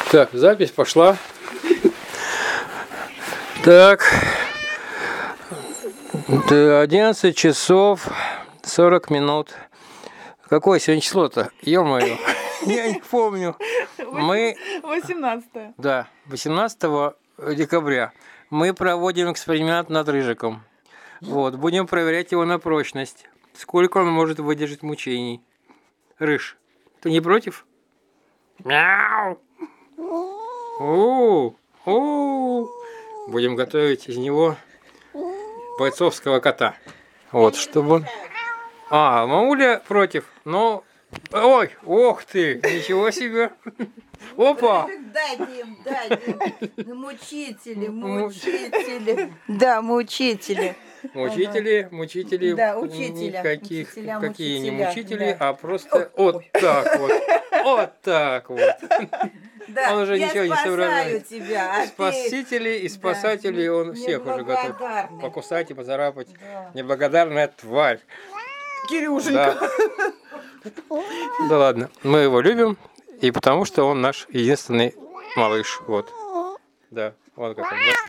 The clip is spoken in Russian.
Так, запись пошла. Так, 11 часов 40 минут. Какое сегодня число-то? Ё-моё, я не помню. Мы... 18. Да, 18 декабря мы проводим эксперимент над рыжиком. Вот, будем проверять его на прочность. Сколько он может выдержать мучений. Рыж, ты не против? Мяу! У-у-у! Будем готовить из него бойцовского кота. Вот, чтобы он... А, мамуля против, но... Ой, ох ты, ничего себе! Опа! Дай, Дим, мучители. Да, мучители. Мучители, Да, учителя. Никаких, Учителя, какие не мучителя, мучители, да. а просто вот так вот. Вот так вот. Да, Он уже я ничего не спасаю соображает. тебя, а Спасители и спасатели, он всех уже готов неблагодарный. покусать и поцарапать. Да. Неблагодарная тварь. Кирюшенька. Да. Да ладно, мы его любим, и потому что он наш единственный малыш. Вот. Да, вот как он. Да.